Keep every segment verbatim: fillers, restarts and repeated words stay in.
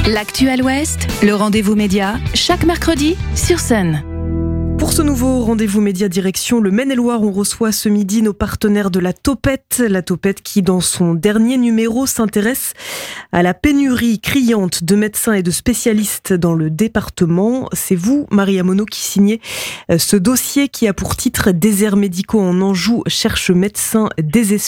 L'Actuel Ouest, le rendez-vous média, chaque mercredi sur Sun. Pour ce nouveau rendez-vous média direction le Maine-et-Loire, on reçoit ce midi nos partenaires de la Topette. La Topette qui, dans son dernier numéro, s'intéresse à la pénurie criante de médecins et de spécialistes dans le département. C'est vous, Maria Monod, qui signez ce dossier qui a pour titre « Déserts médicaux en Anjou cherche médecin désespérément ».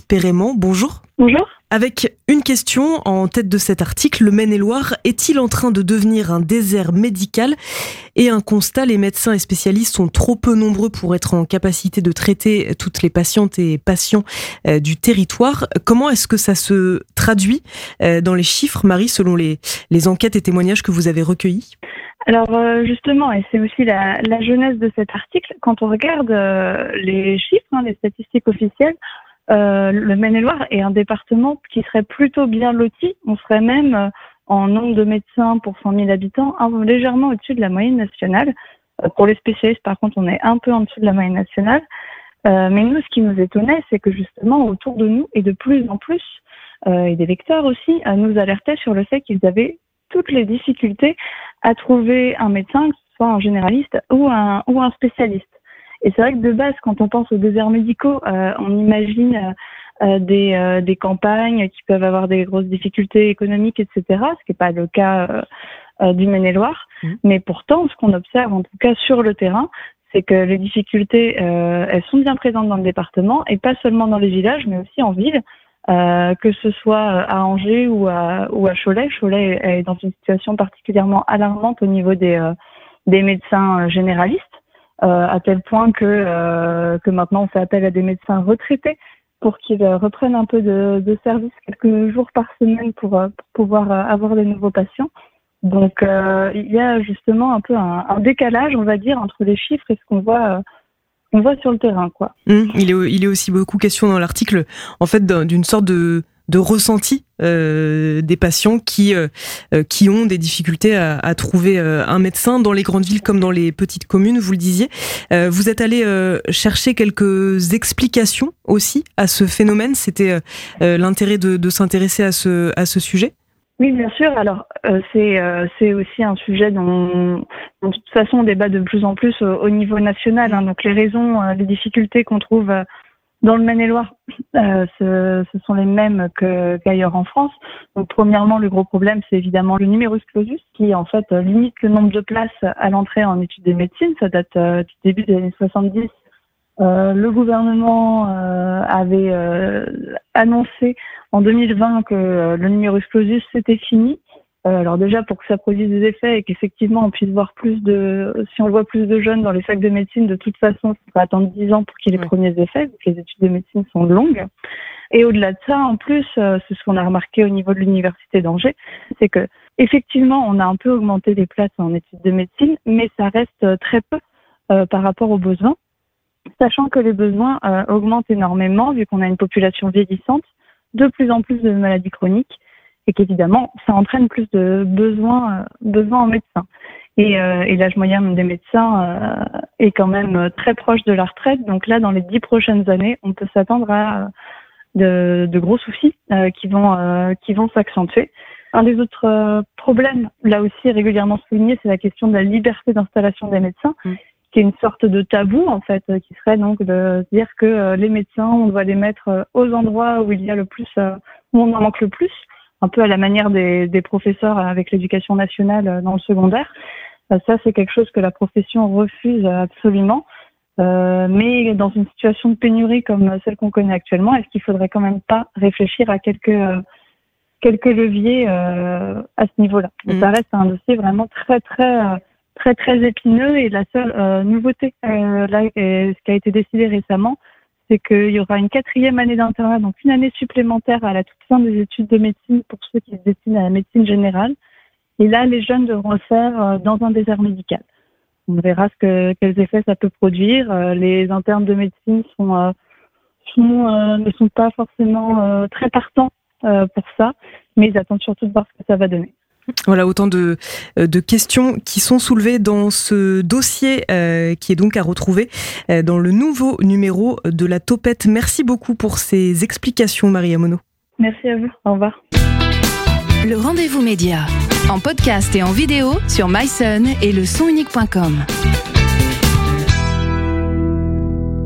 Bonjour. Bonjour. Avec une question en tête de cet article, le Maine-et-Loire est-il en train de devenir un désert médical ? Et un constat, les médecins et spécialistes sont trop peu nombreux pour être en capacité de traiter toutes les patientes et patients euh, du territoire. Comment est-ce que ça se traduit euh, dans les chiffres, Marie, selon les, les enquêtes et témoignages que vous avez recueillis ? Alors euh, justement, et c'est aussi la, la jeunesse de cet article, quand on regarde euh, les chiffres, hein, les statistiques officielles, Euh, le Maine-et-Loire est un département qui serait plutôt bien loti. On serait même, euh, en nombre de médecins pour cent mille habitants, un, légèrement au-dessus de la moyenne nationale. Euh, pour les spécialistes, par contre, on est un peu en dessous de la moyenne nationale. Euh, mais nous, ce qui nous étonnait, c'est que justement, autour de nous, et de plus en plus, euh, et des lecteurs aussi, euh, nous alertaient sur le fait qu'ils avaient toutes les difficultés à trouver un médecin, que ce soit un généraliste ou un, ou un spécialiste. Et c'est vrai que de base, quand on pense aux déserts médicaux, euh, on imagine euh, des, euh, des campagnes qui peuvent avoir des grosses difficultés économiques, et cetera, ce qui n'est pas le cas euh, euh, du Maine-et-Loire. Mmh. Mais pourtant, ce qu'on observe, en tout cas sur le terrain, c'est que les difficultés, euh, elles sont bien présentes dans le département, et pas seulement dans les villages, mais aussi en ville, euh, que ce soit à Angers ou à, ou à Cholet. Cholet est dans une situation particulièrement alarmante au niveau des, euh, des médecins généralistes. Euh, à tel point que euh, que maintenant on fait appel à des médecins retraités pour qu'ils euh, reprennent un peu de, de service quelques jours par semaine pour, euh, pour pouvoir euh, avoir des nouveaux patients. Donc euh, il y a justement un peu un, un décalage, on va dire, entre les chiffres et ce qu'on voit euh, qu'on voit sur le terrain, quoi. Mmh, il est il est aussi beaucoup question dans l'article, en fait, d'une sorte de de ressenti euh, des patients qui euh, qui ont des difficultés à, à trouver euh, un médecin dans les grandes villes comme dans les petites communes, vous le disiez. Euh, vous êtes allé euh, chercher quelques explications aussi à ce phénomène. C'était euh, l'intérêt de, de s'intéresser à ce à ce sujet. Oui, bien sûr. Alors, euh, c'est euh, c'est aussi un sujet dont, dont, de toute façon, on débat de plus en plus au, au niveau national. Hein. Donc, les raisons, euh, les difficultés qu'on trouve euh, dans le Maine-et-Loire, euh, ce, ce sont les mêmes que, qu'ailleurs en France. Donc, premièrement, le gros problème, c'est évidemment le numerus clausus, qui en fait limite le nombre de places à l'entrée en études de médecine. Ça date euh, du début des années soixante-dix. Euh, le gouvernement euh, avait euh, annoncé en deux mille vingt que euh, le numerus clausus c'était fini. Euh, alors déjà pour que ça produise des effets et qu'effectivement on puisse voir plus de, si on voit plus de jeunes dans les facs de médecine, de toute façon, il faut attendre dix ans pour qu'il y ait les premiers effets, donc les études de médecine sont longues. Et au-delà de ça, en plus, euh, c'est ce qu'on a remarqué au niveau de l'université d'Angers, c'est que effectivement on a un peu augmenté les places en études de médecine, mais ça reste très peu euh, par rapport aux besoins. Sachant que les besoins euh, augmentent énormément vu qu'on a une population vieillissante, de plus en plus de maladies chroniques et qu'évidemment ça entraîne plus de besoins, euh, besoins en médecins. Et, euh, et l'âge moyen des médecins euh, est quand même très proche de la retraite. Donc là, dans les dix prochaines années, on peut s'attendre à euh, de, de gros soucis euh, qui vont euh, qui vont s'accentuer. Un des autres euh, problèmes, là aussi régulièrement souligné, c'est la question de la liberté d'installation des médecins. Mmh. Qui est une sorte de tabou, en fait, qui serait donc de dire que euh, les médecins, on doit les mettre euh, aux endroits où il y a le plus, euh, où on en manque le plus, un peu à la manière des, des professeurs avec l'éducation nationale euh, dans le secondaire. Euh, ça, c'est quelque chose que la profession refuse absolument. Euh, mais dans une situation de pénurie comme celle qu'on connaît actuellement, est-ce qu'il faudrait quand même pas réfléchir à quelques, euh, quelques leviers euh, à ce niveau-là? Mmh. Ça reste un dossier vraiment très, très... Euh, très très épineux et la seule euh, nouveauté euh, là et ce qui a été décidé récemment, c'est qu'il y aura une quatrième année d'internat, donc une année supplémentaire à la toute fin des études de médecine pour ceux qui se destinent à la médecine générale. Et là, les jeunes devront le faire euh, dans un désert médical. On verra ce que quels effets ça peut produire. Euh, les internes de médecine sont, euh, sont euh, ne sont pas forcément euh, très partants euh, pour ça, mais ils attendent surtout de voir ce que ça va donner. Voilà, autant de, de questions qui sont soulevées dans ce dossier euh, qui est donc à retrouver euh, dans le nouveau numéro de la Topette. Merci beaucoup pour ces explications, Maria Monod. Merci à vous. Au revoir. Le rendez-vous média, en podcast et en vidéo sur mysun et le son unique point com.